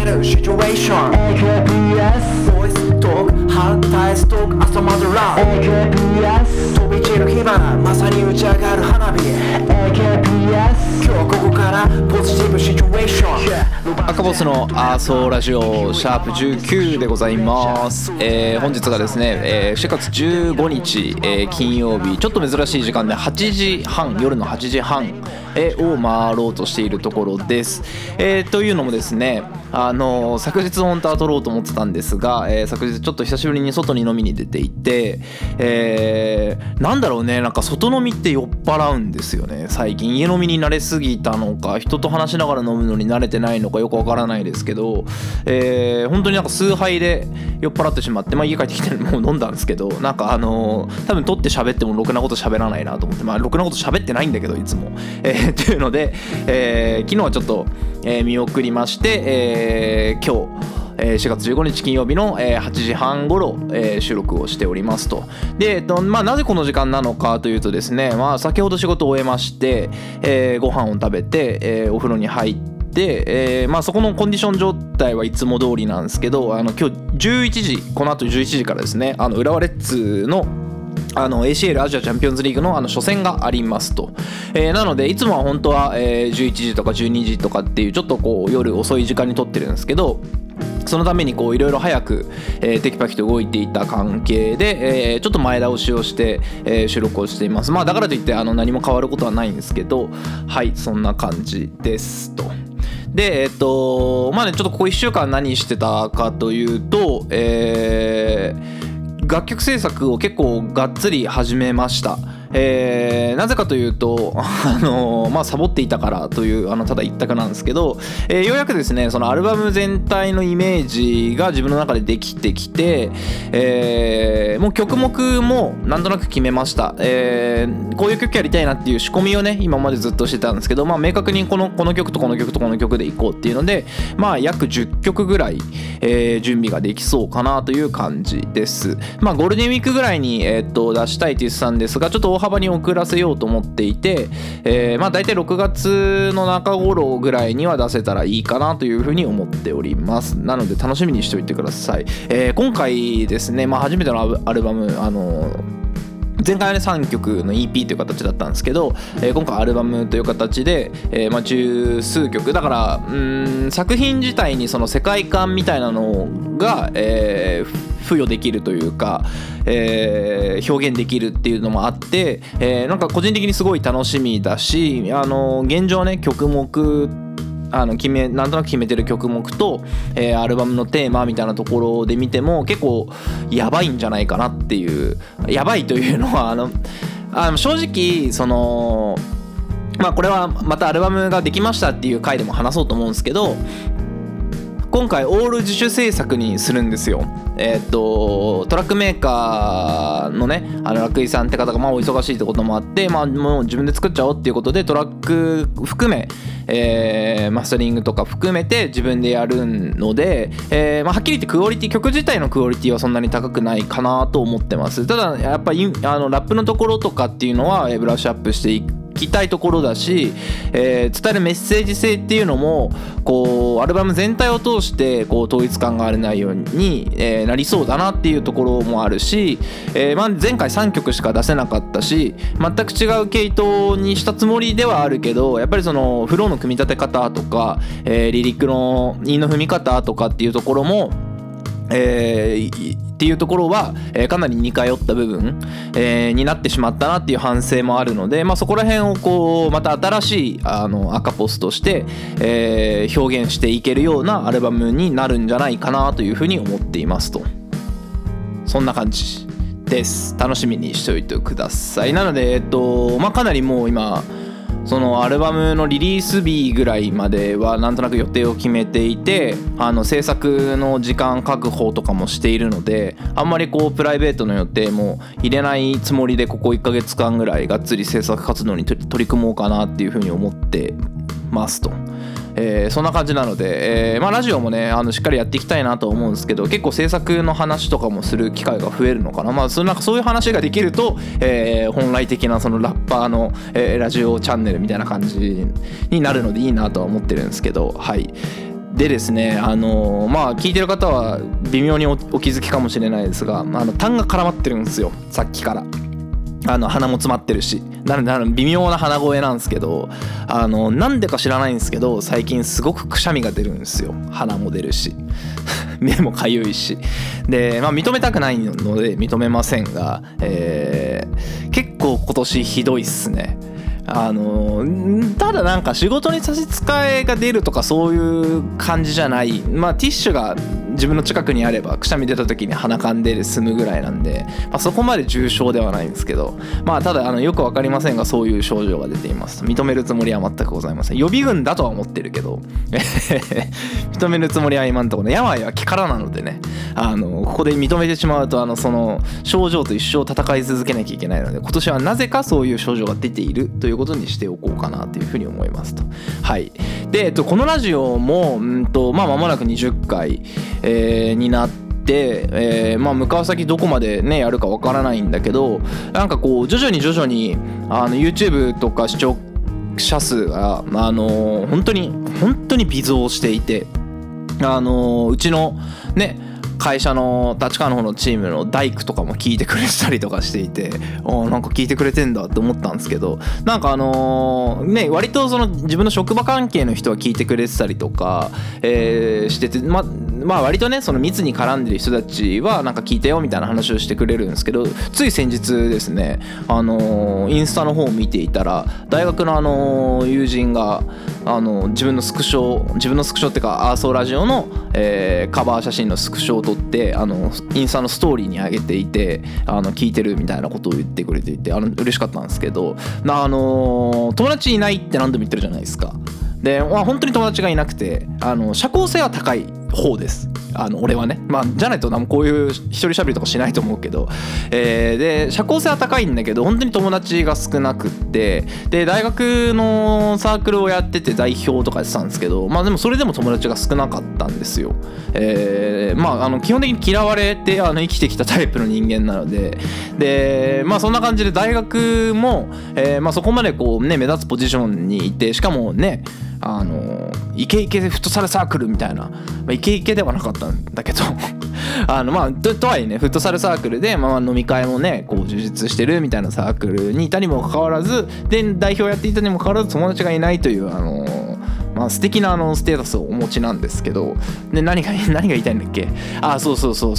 めるシチュエーション AKBS ボイストーク反対ストーク朝までラブ AKBS 飛び散る火花まさに打ち上がる花火 AKBS 今日ここからポジティブシチュエーション赤ボスのアーソーラジオシャープ19でございます。本日がですね、4月15日、金曜日、ちょっと珍しい時間で8時半、夜の8時半、を回ろうとしているところです。というのもですね、昨日本当は撮ろうと思ってたんですが、昨日ちょっと久しぶりに外に飲みに出ていて、なんだろうね、なんか外飲みって酔っ払うんですよね。最近家飲みに慣れすぎたのか、人と話しながら飲むのに慣れてないのかよくわからないですけど、本当になんか数杯で酔っ払ってしまって、家帰ってきてもう飲んだんですけど、なんか多分撮って喋ってもろくなこと喋らないなと思って、ろくなこと喋ってないんだけどいつも、っていうので、昨日はちょっと、見送りまして、今日4月15日金曜日の8時半頃収録をしておりますと。で、なぜこの時間なのかというとですね、先ほど仕事を終えまして、ご飯を食べて、お風呂に入ってそこのコンディション状態はいつも通りなんですけど、今日11時、この後11時からですね、浦和レッズのACL アジアチャンピオンズリーグの初戦がありますと。なのでいつもは本当は11時とか12時とかっていうちょっとこう夜遅い時間に撮ってるんですけど、そのためにこういろいろ早くテキパキと動いていた関係でちょっと前倒しをして収録をしています。だからといって何も変わることはないんですけど、はい、そんな感じですと。でちょっとここ1週間何してたかというと、楽曲制作を結構がっつり始めました。なぜかというとサボっていたからというただ一択なんですけど、ようやくですねそのアルバム全体のイメージが自分の中でできてきて、もう曲目もなんとなく決めました。こういう曲やりたいなっていう仕込みをね今までずっとしてたんですけど、明確にこの曲とこの曲とこの曲でいこうっていうので、約10曲ぐらい、準備ができそうかなという感じです。ゴールデンウィークぐらいに、出したいって言ってたんですが、ちょっと大幅に遅らせようと思っていて、だいたい6月の中頃ぐらいには出せたらいいかなというふうに思っております。なので楽しみにしておいてください。今回ですね、初めてのアルバム前回はね3曲の EP という形だったんですけど、今回アルバムという形で、十数曲だから作品自体にその世界観みたいなのが、付与できるというか、表現できるっていうのもあって、なんか個人的にすごい楽しみだし、現状ね曲目なんとなく決めてる曲目と、アルバムのテーマみたいなところで見ても結構やばいんじゃないかなっていう、やばいというのは正直そのこれはまたアルバムができましたっていう回でも話そうと思うんですけど、今回オール自主制作にするんですよ。トラックメーカーのね楽井さんって方がお忙しいってこともあって、もう自分で作っちゃおうっていうことでトラック含め、マスタリングとか含めて自分でやるので、はっきり言ってクオリティ、曲自体のクオリティはそんなに高くないかなと思ってます。ただやっぱりラップのところとかっていうのはブラッシュアップしていきたいところだし、伝えるメッセージ性っていうのもこうアルバム全体を通してこう統一感がある内容に、なりそうだなっていうところもあるし、前回3曲しか出せなかったし全く違う系統にしたつもりではあるけど、やっぱりそのフローの組み立て方とか、リリックの韻の踏み方とかっていうところもっていうところは、かなり似通った部分、になってしまったなっていう反省もあるので、そこら辺をこうまた新しい赤ポスとして、表現していけるようなアルバムになるんじゃないかなというふうに思っていますと。そんな感じです。楽しみにしておいてください。なのでかなりもう今そのアルバムのリリース日ぐらいまではなんとなく予定を決めていて、制作の時間確保とかもしているので、あんまりこうプライベートの予定も入れないつもりでここ1ヶ月間ぐらいがっつり制作活動に取り組もうかなっていうふうに思ってますと。そんな感じなので、ラジオもねしっかりやっていきたいなと思うんですけど、結構制作の話とかもする機会が増えるのかな。なんかそういう話ができると、本来的なそのラッパーの、ラジオチャンネルみたいな感じになるのでいいなとは思ってるんですけど、はい。 でですね、聞いてる方は微妙にお気づきかもしれないですが、痰が絡まってるんですよ、さっきから。鼻も詰まってるし、なので微妙な鼻声なんですけど、なんでか知らないんですけど、最近すごくくしゃみが出るんですよ。鼻も出るし目もかゆいしで、認めたくないので認めませんが、結構今年ひどいっすね。ただなんか仕事に差し支えが出るとかそういう感じじゃない、ティッシュが自分の近くにあればくしゃみ出た時に鼻かんで済むぐらいなんで、そこまで重症ではないんですけど、ただよく分かりませんが、そういう症状が出ています。認めるつもりは全くございません。予備軍だとは思ってるけど認めるつもりは今のところ、病は気からなのでね、ここで認めてしまうとその症状と一生戦い続けなきゃいけないので、今年はなぜかそういう症状が出ているということにしておこうかなというふうに思いますと。はい。で、このラジオも間もなく20回、になって、向かう先どこまでねやるかわからないんだけど、なんかこう徐々に YouTube とか視聴者数が本当に微増していて、うちのね会社の立川の方のチームの大工とかも聞いてくれたりとかしていて、なんか聞いてくれてんだって思ったんですけど、なんか割とその自分の職場関係の人は聞いてくれてたりとか、してて、割とねその密に絡んでる人たちはなんか聞いてよみたいな話をしてくれるんですけど、つい先日ですね、インスタの方を見ていたら、大学の友人が自分のスクショっていうかアーソーラジオの、カバー写真のスクショを撮ってインスタのストーリーに上げていて、聞いてるみたいなことを言ってくれていて、嬉しかったんですけど、友達いないって何度も言ってるじゃないですか。で、本当に友達がいなくて、社交性は高い方です。俺はね、じゃないとこういう一人喋りとかしないと思うけど、で社交性は高いんだけど本当に友達が少なくって、で大学のサークルをやってて代表とかやってたんですけど、でもそれでも友達が少なかったんですよ。基本的に嫌われて生きてきたタイプの人間なので、そんな感じで大学も、そこまでこうね目立つポジションにいて、しかもねイケイケフットサルサークルみたいな、イケイケではなかったんだけどとはいえねフットサルサークルで、飲み会もねこう充実してるみたいなサークルにいたにもかかわらず、で代表やっていたにもかかわらず友達がいないという素敵なステータスをお持ちなんですけど、で何が言いたいんだっけ。そう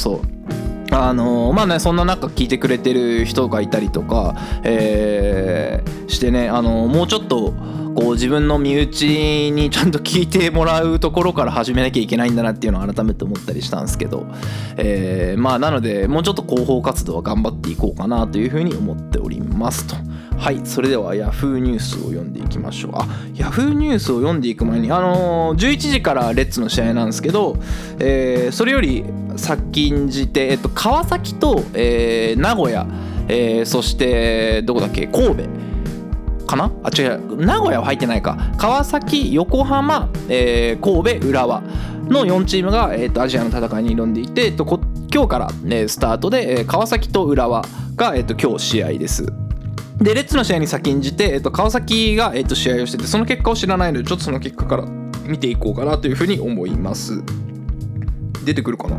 そんな中聞いてくれてる人がいたりとか、してね、もうちょっとこう自分の身内にちゃんと聞いてもらうところから始めなきゃいけないんだなっていうのを改めて思ったりしたんですけど、なのでもうちょっと広報活動は頑張っていこうかなというふうに思っておりますと。はい、それでは Yahoo ニュースを読んでいきましょう。Yahoo ニュースを読んでいく前に11時からレッツの試合なんですけど、それより先んじて、川崎と、名古屋、そしてどこだっけ、神戸かな、違う、名古屋は入ってないか。川崎、横浜、神戸、浦和の4チームが、アジアの戦いに挑んでいて、今日から、スタートで、川崎と浦和が、今日試合です。でレッツの試合に先んじて、川崎が、試合をしてて、その結果を知らないのでちょっとその結果から見ていこうかなというふうに思います。出てくるかな。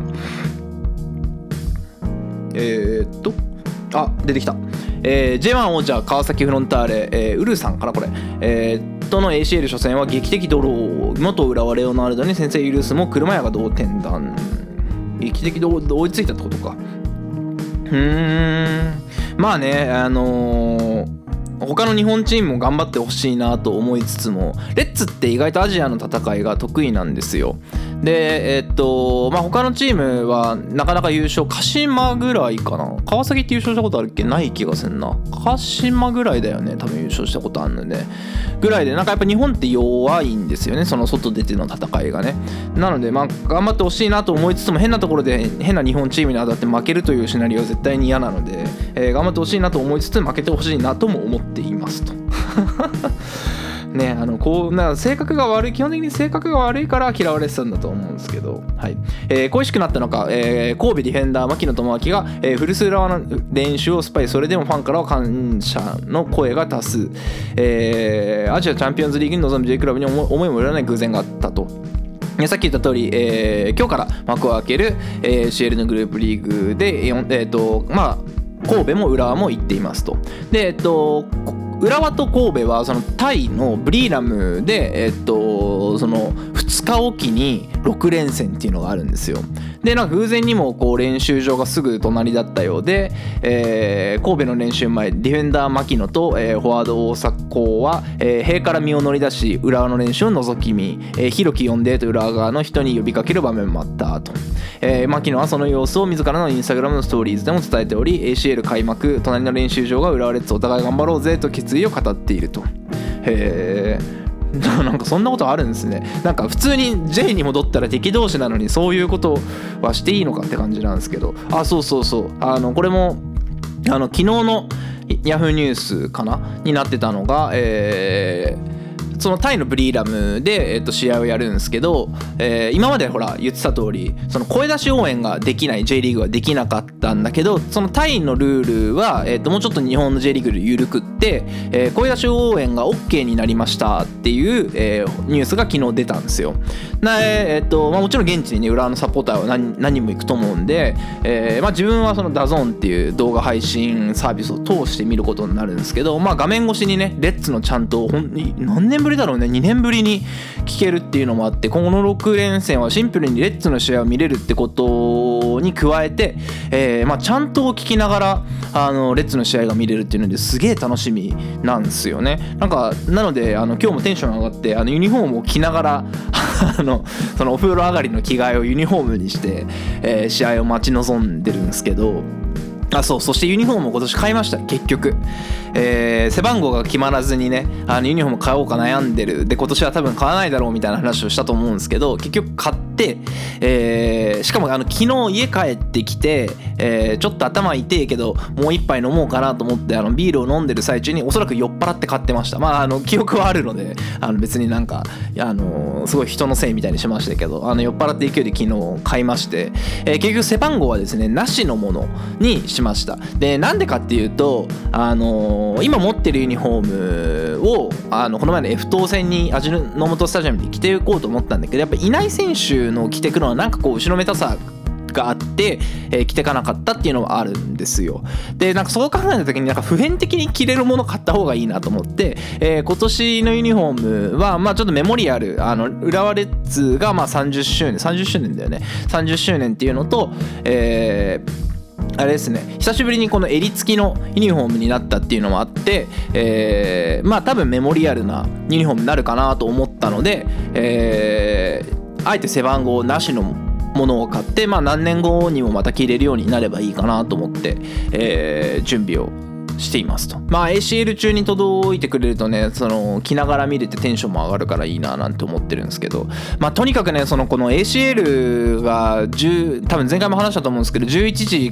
出てきた。J1 王者川崎フロンターレ、ウルさんかなこれ、との ACL 初戦は劇的ドロー。元浦和レオナルドに先制許すも車屋が同点弾。劇的ドローで追いついたってことか。他の日本チームも頑張ってほしいなと思いつつも、レッツって意外とアジアの戦いが得意なんですよ。で他のチームはなかなか優勝、鹿島ぐらいかな。川崎って優勝したことあるっけ、ない気がすんな。鹿島ぐらいだよね、多分優勝したことあるのでぐらいで、なんかやっぱ日本って弱いんですよね、その外出ての戦いがね。なので頑張ってほしいなと思いつつも、変なところで変な日本チームに当たって負けるというシナリオは絶対に嫌なので、頑張ってほしいなと思いつつ負けてほしいなとも思っていますとね、性格が悪い、基本的に性格が悪いから嫌われてたんだと思うんですけど、はい。恋しくなったのか、神戸ディフェンダー牧野智章が、古巣浦和の練習をスパイ、それでもファンからは感謝の声が多数、アジアチャンピオンズリーグに臨む J クラブに思いもよらない偶然があったと。 さっき言った通り、今日から幕を開ける、CL のグループリーグで、神戸も浦和も行っていますと。で、浦和と神戸はそのタイのブリーラムで、その2日おきに6連戦っていうのがあるんですよ。でなんか偶然にもこう練習場がすぐ隣だったようで、神戸の練習前ディフェンダー牧野と、フォワード大迫は、塀から身を乗り出し浦和の練習を覗き見、広き呼んでと浦和側の人に呼びかける場面もあったと。牧野はその様子を自らのインスタグラムのストーリーズでも伝えており ACL 開幕隣の練習場が浦和レッズお互い頑張ろうぜと決意を語っていると。なんかそんなことあるんですね。なんか普通に J に戻ったら敵同士なのにそういうことはしていいのかって感じなんですけど、そうこれも昨日のヤフーニュースかなになってたのが、そのタイのブリーラムで、試合をやるんですけど、今までほら言ってた通りその声出し応援ができない J リーグはできなかったんだけど、そのタイのルールは、もうちょっと日本の J リーグで緩くって、声出し応援が OK になりましたっていう、ニュースが昨日出たんですよ。もちろん現地にね浦和のサポーターは何人も行くと思うんで、自分はそのダゾーンっていう動画配信サービスを通して見ることになるんですけど、画面越しにねレッツのちゃんと何年ぶりだろうね、2年ぶりに聞けるっていうのもあって、この6連戦はシンプルにレッツの試合を見れるってことに加えて、ちゃんと聞きながらレッツの試合が見れるっていうのですげえ楽しみなんですよね。なので今日もテンション上がってユニフォームを着ながらそのお風呂上がりの着替えをユニフォームにして、試合を待ち望んでるんですけど、そしてユニフォームを今年買いました結局。背番号が決まらずにねユニフォーム買おうか悩んでるで、今年は多分買わないだろうみたいな話をしたと思うんですけど、結局買って、しかも昨日家帰ってきて、ちょっと頭痛いけどもう一杯飲もうかなと思ってビールを飲んでる最中におそらく酔っ払って買ってました。記憶はあるので別になんかすごい人のせいみたいにしましたけど酔っ払って勢いで昨日買いまして、結局背番号はですねなしのものにしました。でなんでかっていうと今持ってるユニフォームをこの前の F 等戦に味の素スタジアムに着ていこうと思ったんだけど、やっぱいない選手の着てくのはなんかこう後ろめたさがあって、着てかなかったっていうのはあるんですよ。でなんかそう考えた時に普遍的に着れるもの買った方がいいなと思って、今年のユニフォームはちょっとメモリアル浦和レッズが30周年だよね。30周年っていうのと、あれですね、久しぶりにこの襟付きのユニフォームになったっていうのもあって、多分メモリアルなユニフォームになるかなと思ったので、あえて背番号なしのものを買って、何年後にもまた着れるようになればいいかなと思って、準備をしていますと。ACL 中に届いてくれるとね着ながら見れてテンションも上がるからいいななんて思ってるんですけど、とにかくねこの ACL が多分前回も話したと思うんですけど夜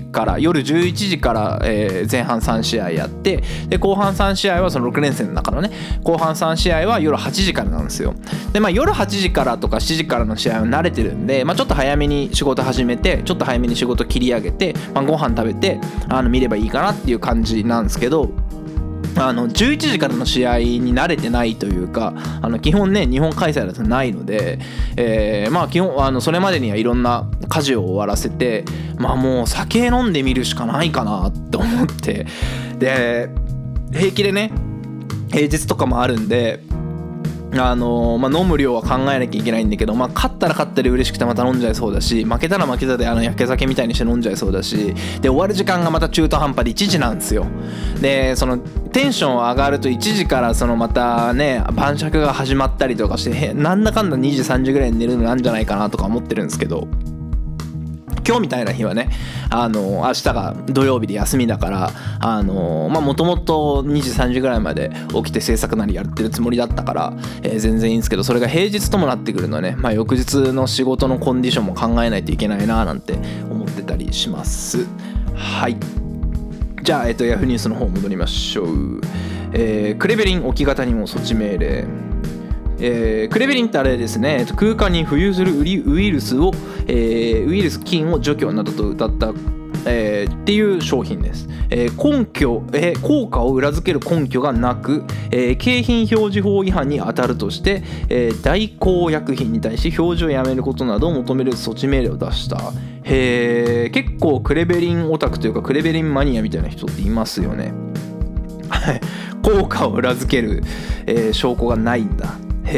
11時から、前半3試合やって、で後半3試合はその6連戦の中のね後半3試合は夜8時からなんですよ。で夜8時からとか7時からの試合は慣れてるんで、ちょっと早めに仕事始めてちょっと早めに仕事切り上げて、ご飯食べて見ればいいかなっていう感じなんですけど、11時からの試合に慣れてないというか基本ね日本開催だとないので、基本それまでにはいろんな家事を終わらせてもう酒飲んでみるしかないかなって思って、で平気でね平日とかもあるんで飲む量は考えなきゃいけないんだけど、勝ったら勝ったで嬉しくてまた飲んじゃいそうだし、負けたら負けたで焼け酒みたいにして飲んじゃいそうだし、で終わる時間がまた中途半端で1時なんですよ。でそのテンション上がると1時からまたね晩酌が始まったりとかしてなんだかんだ2時3時ぐらいに寝るのなんじゃないかなとか思ってるんですけど、今日みたいな日はね明日が土曜日で休みだからもともと2時3時ぐらいまで起きて制作なりやってるつもりだったから、全然いいんですけど、それが平日ともなってくるのね、翌日の仕事のコンディションも考えないといけないななんて思ってたりします。はい、じゃあ、ヤフーニュースの方戻りましょう。クレベリン置き型にも措置命令。クレベリンってあれですね、空間に浮遊するウイルス菌を除去などと謳ったっていう商品です。効果を裏付ける根拠がなく、景品表示法違反に当たるとして、代行薬品に対し表示をやめることなどを求める措置命令を出した。結構クレベリンオタクというかクレベリンマニアみたいな人っていますよね。効果を裏付ける、証拠がないんだ。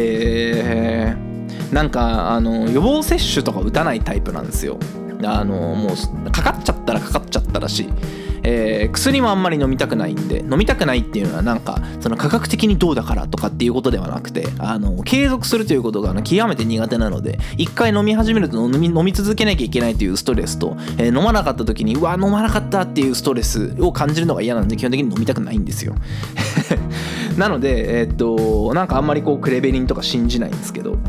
なんか予防接種とか打たないタイプなんですよ。もうかかっちゃったらしい。薬もあんまり飲みたくないんで、飲みたくないっていうのはなんかその科学的にどうだからとかっていうことではなくて、継続するということが極めて苦手なので、一回飲み始めると飲み続けなきゃいけないというストレスと、飲まなかった時に飲まなかったっていうストレスを感じるのが嫌なんで、基本的に飲みたくないんですよ。なのでなんかあんまりクレベリンとか信じないんですけど、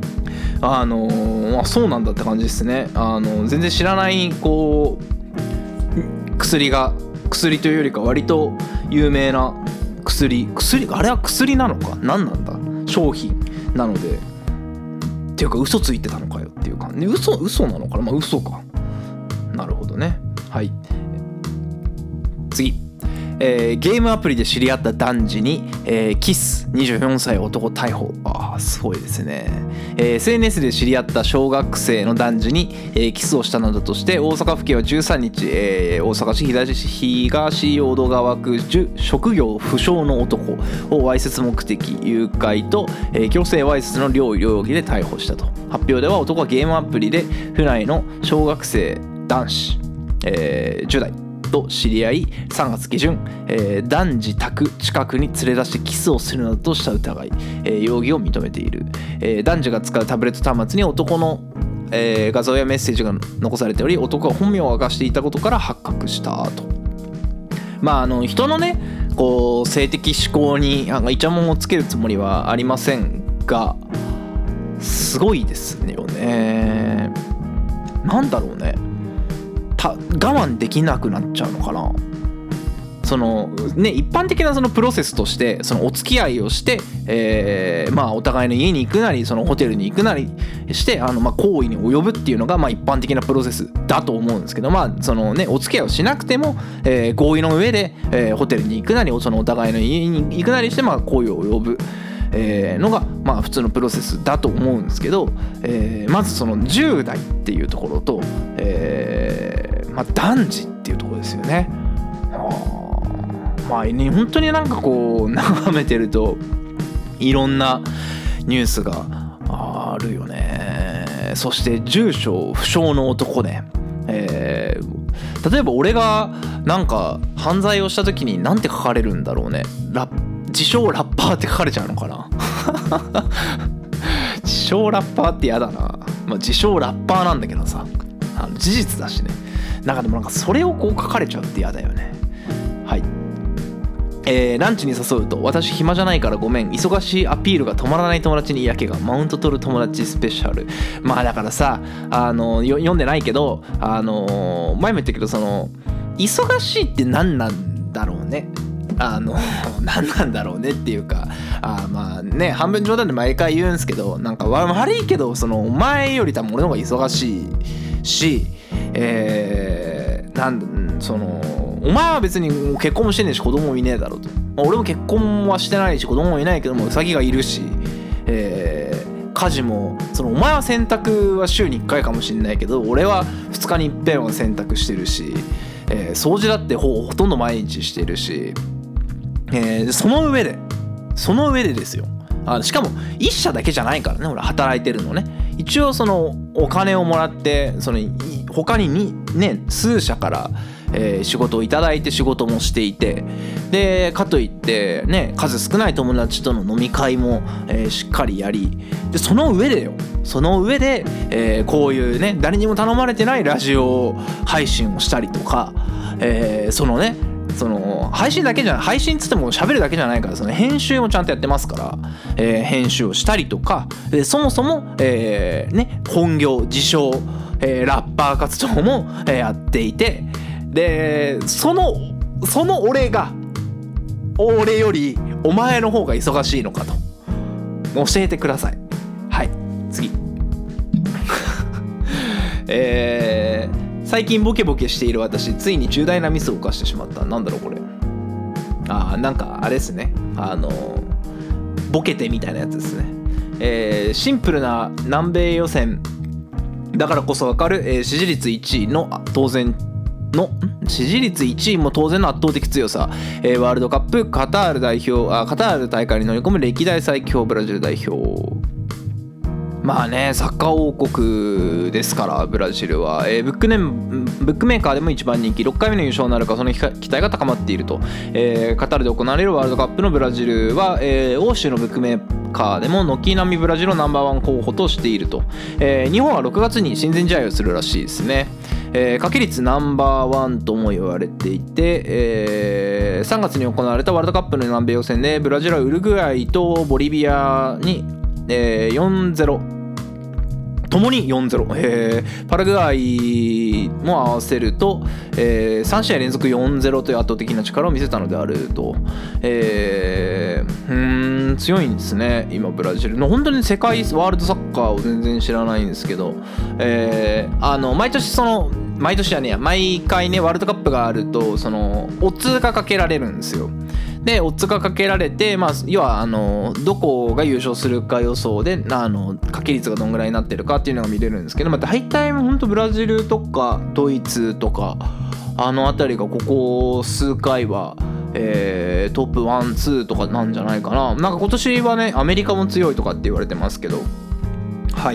そうなんだって感じですね。全然知らない薬というよりか割と有名な薬あれは薬なのか何なんだ商品なので、っていうか嘘ついてたのかよっていうかね。嘘なのかな。嘘か。なるほどね。はい、次。ゲームアプリで知り合った男児に、キス。24歳男逮捕。すごいですね。SNS で知り合った小学生の男児に、キスをしたなどとして大阪府警は13日、大阪市東淀川区職業不詳の男をわいせつ目的誘拐と、強制わいせつの両容疑で逮捕したと。発表では男はゲームアプリで府内の小学生男子、10代と知り合い、3月下旬、男児宅近くに連れ出してキスをするなどとした疑い、容疑を認めている。男児が使うタブレット端末に男の、画像やメッセージが残されており、男が本名を明かしていたことから発覚したと。人のね性的指向にイチャモンをつけるつもりはありませんが、すごいですよね。なんだろうね、我慢できなくなっちゃうのかな。一般的なそのプロセスとしてそのお付き合いをして、お互いの家に行くなりそのホテルに行くなりして行為に及ぶっていうのが一般的なプロセスだと思うんですけど、お付き合いをしなくても、合意の上で、ホテルに行くなりそのお互いの家に行くなりして行為を及ぶのが普通のプロセスだと思うんですけど、まずその10代っていうところと、男児っていうところですよね。本当になんか眺めてるといろんなニュースがあるよね。そして住所不詳の男ね。例えば俺がなんか犯罪をした時になんて書かれるんだろうね。自称ラッパーって書かれちゃうのかな。自称ラッパーってやだな。自称ラッパーなんだけどさ、事実だしね。でもそれを書かれちゃうってやだよね。はい。ランチに誘うと私暇じゃないからごめん、忙しいアピールが止まらない友達に嫌気が、マウント取る友達スペシャル。だからさ、読んでないけど前も言ったけど、その忙しいって何なんだろうね。何なんだろうねっていうか、半分冗談で毎回言うんですけど、なんか悪いけどそのお前より多分俺の方が忙しいし、お前は別に結婚もしてねえし子供もいねえだろうと。俺も結婚はしてないし子供もいないけどもウサギがいるし、家事もお前は洗濯は週に1回かもしれないけど俺は2日に1遍は洗濯してるし、掃除だってほとんど毎日してるし、その上でですよ。しかも一社だけじゃないからね、俺働いてるのね。一応そのお金をもらって他にね数社から、仕事をいただいて仕事もしていて、でかといってね数少ない友達との飲み会も、しっかりやり、でその上でこういうね誰にも頼まれてないラジオ配信をしたりとか、配信つっても喋るだけじゃないから、その編集もちゃんとやってますから、編集をしたりとか、そもそも、本業自称、ラッパー活動も、やっていて、でその俺よりお前の方が忙しいのかと教えてください。はい、次。 最近ボケボケしている私、ついに重大なミスを犯してしまった。なんだろうこれ。なんかあれですね、ボケてみたいなやつですね。シンプルな南米予選だからこそ分かる、支持率1位の当然の支持率1位も当然の圧倒的強さ、ワールドカップカタール大会に乗り込む歴代最強ブラジル代表。まあね、サッカー王国ですからブラジルは、ブックメーカーでも一番人気、6回目の優勝になるかその期待が高まっていると、カタールで行われるワールドカップのブラジルは、欧州のブックメーカーでも軒並みブラジルをナンバーワン候補としていると、日本は6月に親善試合をするらしいですね。掛け率ナンバーワンとも言われていて、3月に行われたワールドカップの南米予選でブラジルはウルグアイとボリビアに、4-0ともに 4-0、パラグアイも合わせると、3試合連続 4-0 という圧倒的な力を見せたのであると、強いんですね今ブラジルの。本当に世界ワールドサッカーを全然知らないんですけど、毎回ねワールドカップがあるとそのオッズがかけられるんですよ。でオッズがかけられて、要はどこが優勝するか予想で掛け率がどんぐらいになってるかっていうのが見れるんですけど、大体本当ブラジルとかドイツとかあたりがここ数回は、トップ1、2とかなんじゃないかな。なんか今年はねアメリカも強いとかって言われてますけど、はい。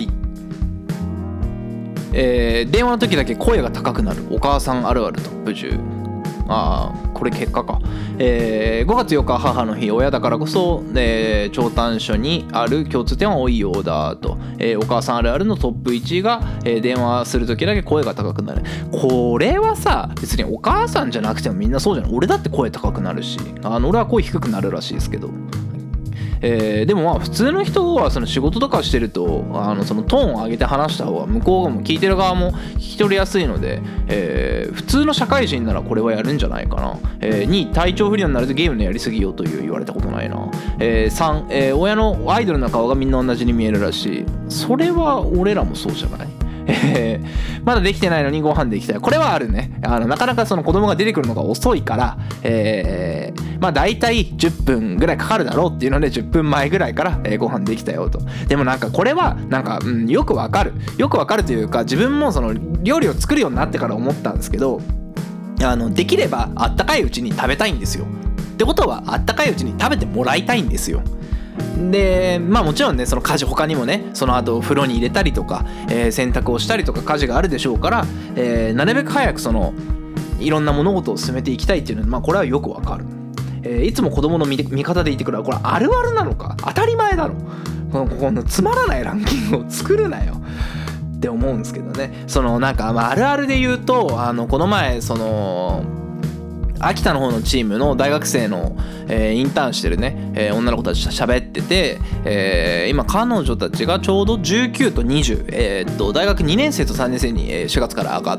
電話の時だけ声が高くなるお母さんあるあるトップ10。これ結果か。5月8日母の日、親だからこそ、長短所にある共通点は多いようだと、お母さんあるあるのトップ1位が、電話する時だけ声が高くなる。これはさ別にお母さんじゃなくてもみんなそうじゃない。俺だって声高くなるし、俺は声低くなるらしいですけど、でも普通の人はその仕事とかしてるとそのトーンを上げて話した方が向こうも聞いてる側も聞き取りやすいので、普通の社会人ならこれはやるんじゃないかな。2、体調不良になるとゲームのやりすぎよという言われたことないな。3、親のアイドルの顔がみんな同じに見えるらしい。それは俺らもそうじゃない。まだできてないのにご飯できたい。これはあるね。なかなかその子供が出てくるのが遅いから、だいたい10分ぐらいかかるだろうっていうので10分前ぐらいから、ご飯できたよと。でもなんかこれはなんか、よくわかるというか、自分もその料理を作るようになってから思ったんですけど、できればあったかいうちに食べたいんですよ。ってことはあったかいうちに食べてもらいたいんですよ。でもちろんねその家事他にもねその後風呂に入れたりとか、洗濯をしたりとか家事があるでしょうから、なるべく早くそのいろんな物事を進めていきたいっていうのはこれはよくわかる。いつも子供の味方でいてくれ。これあるあるなのか当たり前だろ。このつまらないランキングを作るなよって思うんですけどね。そのなんかあるあるで言うとこの前その秋田の方のチームの大学生の、インターンしてるね、女の子たちと喋ってて、今彼女たちがちょうど19と20、大学2年生と3年生に4月から上がって、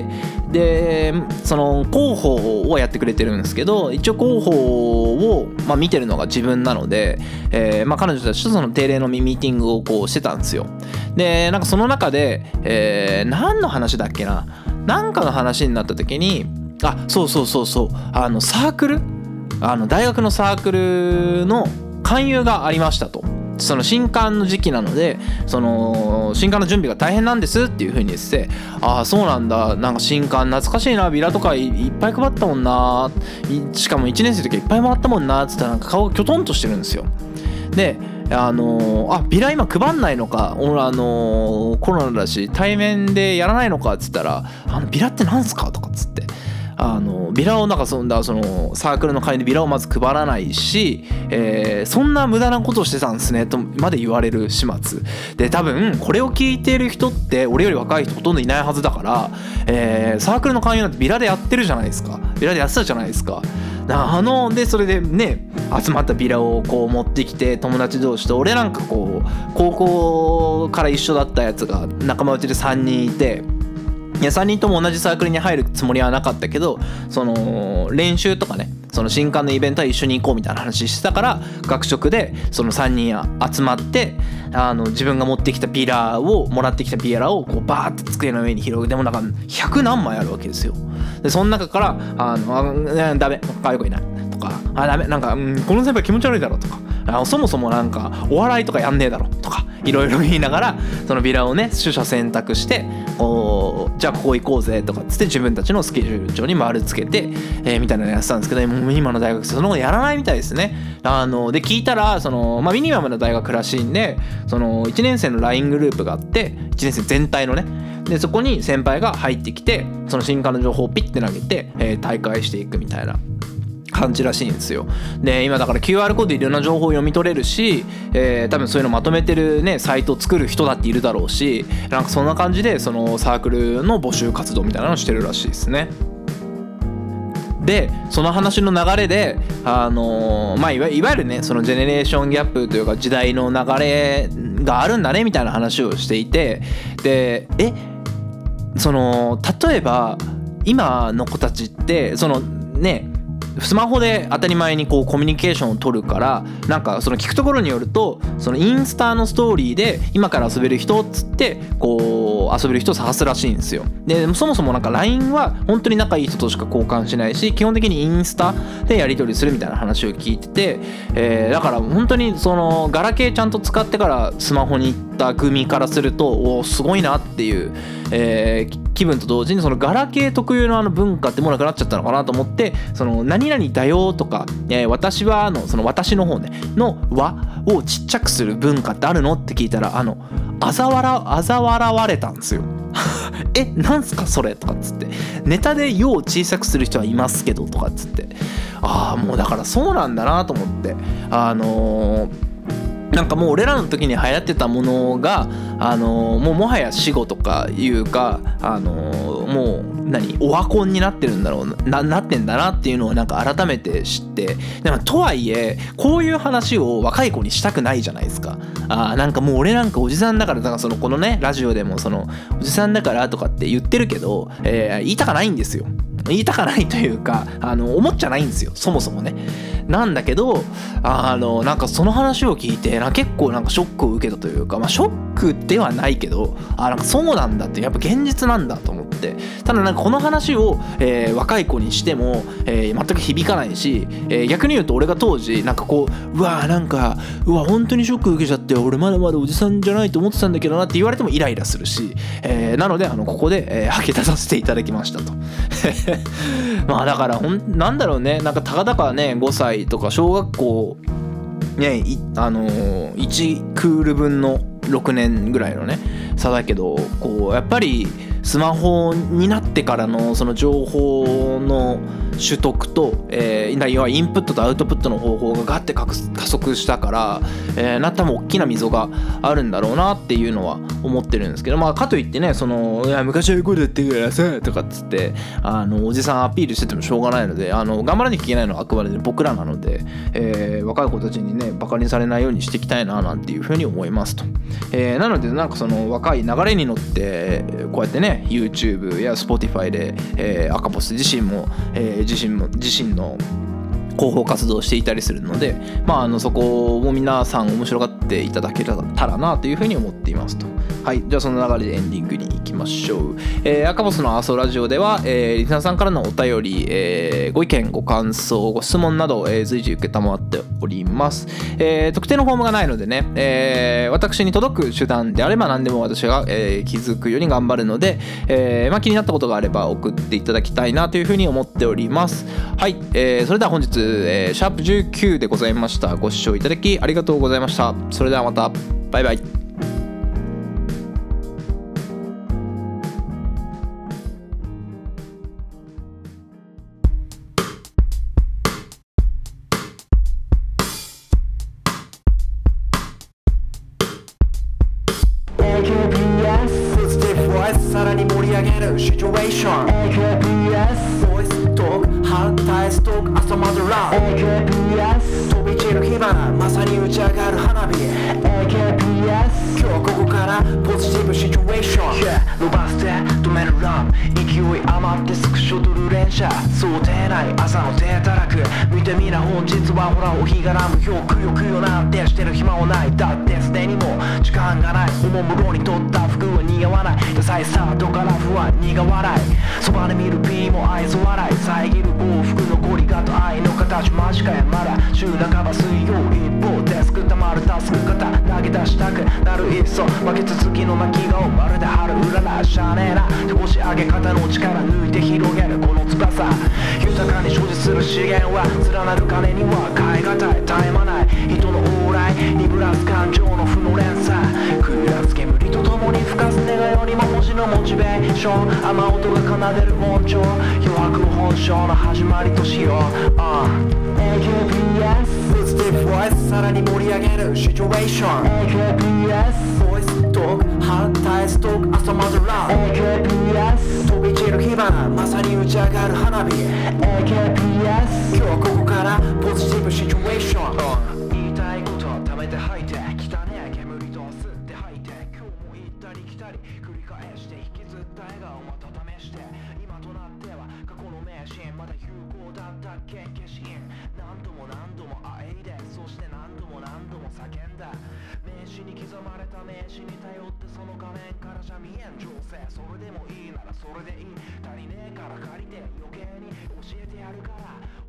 でその広報をやってくれてるんですけど、一応広報を、見てるのが自分なので、彼女たちとその定例のミーティングをこうしてたんですよ。でなんかその中で、何の話だっけな、なんかの話になった時にそうサークル大学のサークルの勧誘がありましたと。その新刊の時期なのでその新刊の準備が大変なんですっていう風に言ってて、そうなんだ、なんか新刊懐かしいな、ビラとか いっぱい配ったもんな、しかも1年生の時いっぱいもらったもんなっつったらなんか顔がキョトンとしてるんですよ。でビラ今配んないのか、コロナだし対面でやらないのかっつったらビラってなんすかとかっつって、ビラをなんかそのサークルの会でビラをまず配らないし、そんな無駄なことをしてたんですねとまで言われる始末で、多分これを聞いている人って俺より若い人ほとんどいないはずだから、サークルの会員なんてビラでやってるじゃないですか。ビラでやってたじゃないですか。でそれでね集まったビラをこう持ってきて友達同士と、俺なんかこう高校から一緒だったやつが仲間内で3人いて、 いや3人とも同じサークルに入るつもりはなかったけど、その練習とかね、その新刊のイベントは一緒に行こうみたいな話してたから、学食でその3人集まって、自分が持ってきたビラをもらってきたビラをこうバーって机の上に広げて、もなんか100何枚あるわけですよ。でその中からダメかよくいないとか、ダメなんか、この先輩気持ち悪いだろとか、そもそもなんかお笑いとかやんねえだろとかいろいろ言いながら、そのビラをね取捨選択して、じゃあここ行こうぜとかつって自分たちのスケジュール帳に丸つけて、みたいなのやってたんですけど、もう今の大学生そのことやらないみたいですね。で聞いたらミニマムの大学らしいんで、その1年生の LINE グループがあって、1年生全体のね、でそこに先輩が入ってきて、その新刊の情報をピッて投げて、大会していくみたいな感じらしいんですよ。で今だから QR コードでいろんな情報を読み取れるし、多分そういうのまとめてるねサイトを作る人だっているだろうし、なんかそんな感じでそのサークルの募集活動みたいなのをしてるらしいですね。でその話の流れで、いわゆるねそのジェネレーションギャップというか時代の流れがあるんだねみたいな話をしていて、でその例えば今の子たちってそのねスマホで当たり前にこうコミュニケーションを取るから、なんかその聞くところによると、そのインスタのストーリーで今から遊べる人っつってこう遊べる人を探すらしいんですよ。でそもそもなんか LINE は本当に仲いい人としか交換しないし、基本的にインスタでやり取りするみたいな話を聞いてて、だから本当にそのガラケーちゃんと使ってからスマホに行った組からするとすごいなっていう、気分と同時に、そのガラケー特有の文化ってもうなくなっちゃったのかなと思って、その何々だよとか、私はその私の方ねの和をちっちゃくする文化ってあるのって聞いたら、あざ笑われたんですよ。なんすかそれとかっつって、ネタでよう小さくする人はいますけどとかっつって、もうだからそうなんだなと思って、なんかもう俺らの時に流行ってたものがもはや死後とかいうかもうオワコンになってるんだろうなってんだなっていうのをなんか改めて知って、でもとはいえこういう話を若い子にしたくないじゃないですか。なんかもう俺なんかおじさんだから、だからそのこのねラジオでもそのおじさんだからとかって言ってるけど、言いたかないんですよ。言いたかないというか思っちゃないんですよ、そもそもね。なんだけどなんかその話を聞いて結構なんかショックを受けたというか、ショックではないけどなんかそうなんだって、やっぱ現実なんだと思って。ただなんかこの話を、若い子にしても、全く響かないし、逆に言うと俺が当時なんかこう本当にショック受けちゃって俺まだまだおじさんじゃないと思ってたんだけどなって言われてもイライラするし、なのでここで、吐き出させていただきましたと。だからなんだろうね、なんかたかだかね5歳とか小学校ね1クール分の6年ぐらいのね差だけど、こうやっぱりスマホになってからのその情報の取得と、要はインプットとアウトプットの方法がガッて加速したから、多分大きな溝があるんだろうなっていうのは思ってるんですけど、かといってね昔はこうだってからさとかっつっておじさんアピールしててもしょうがないので、頑張らなきゃいけないのはあくまで僕らなので、若い子たちにねバカにされないようにしていきたいななんていうふうに思いますと。なのでなんかその若い流れに乗ってこうやってね YouTube や Spotify で、赤ボス自身の広報活動をしていたりするので、そこも皆さん面白がっていただけたらなというふうに思っていますと。はい、じゃあその流れでエンディングに行きましょう。赤ボスのアーソーラジオでは、リスナーさんからのお便り、ご意見ご感想ご質問など、随時受けたまっております。特定のフォームがないのでね、私に届く手段であれば何でも私が、気づくように頑張るので、気になったことがあれば送っていただきたいなというふうに思っております。はい、それでは本日、シャープ19でございました。ご視聴いただきありがとうございました。それではまた、バイバイ。 さらに盛り上げるシチュエーション AKBS ボイストーク反対ストーク朝までラブ AKBS 飛び散る火花まさに打ち上がる花火 AKBS 今日ここからポジティブシチュエーション、伸ばして止めるラブ電車想定内朝の手たらく見てみな本日はほらお日がらむよくよくよなんてしてる暇はないだってすでにもう時間がないおもむろに取った服は似合わないダサいスタートから不安苦笑いそばで見る P も愛想笑い遮る往復のゴリガと愛の形間近やまだ週半ば水曜一方デスクたまるタスク型投げ出したくなるいっそ負け続きの泣き顔まるで春うららしゃあねえな手押し上げ方の力抜いて広げるこの翼豊かに所持する資源は連なる金には変え難い絶え間ない人の往来鈍らす感情の負の連鎖食い出す煙とともに吹かす願いよりも文字のモチベーション雨音が奏でる音調余白本性の始まりとしよう、AKPS ポジティブボイスさらに盛り上げるシチュエーション AKPS ボイストーク反対ストーク朝までラブ AKPS 飛び散る火花まさに打ち上がる花火 AKPS 今日ここからポジティブシチュエーション、言いたいこと貯めて吐いて汚ねえ煙と吸って吐いて今日も行ったり来たり繰り返して引きずった笑顔また試して今となっては過去の名シーンまだ有効だったっけ消し印何度も何度もあえいでそして何度も何度も叫んだ名刺に刻まれた名刺に頼ってその画面からじゃ見えん情勢それでもいいならそれでいい足りねえから借りて余計に教えてやるから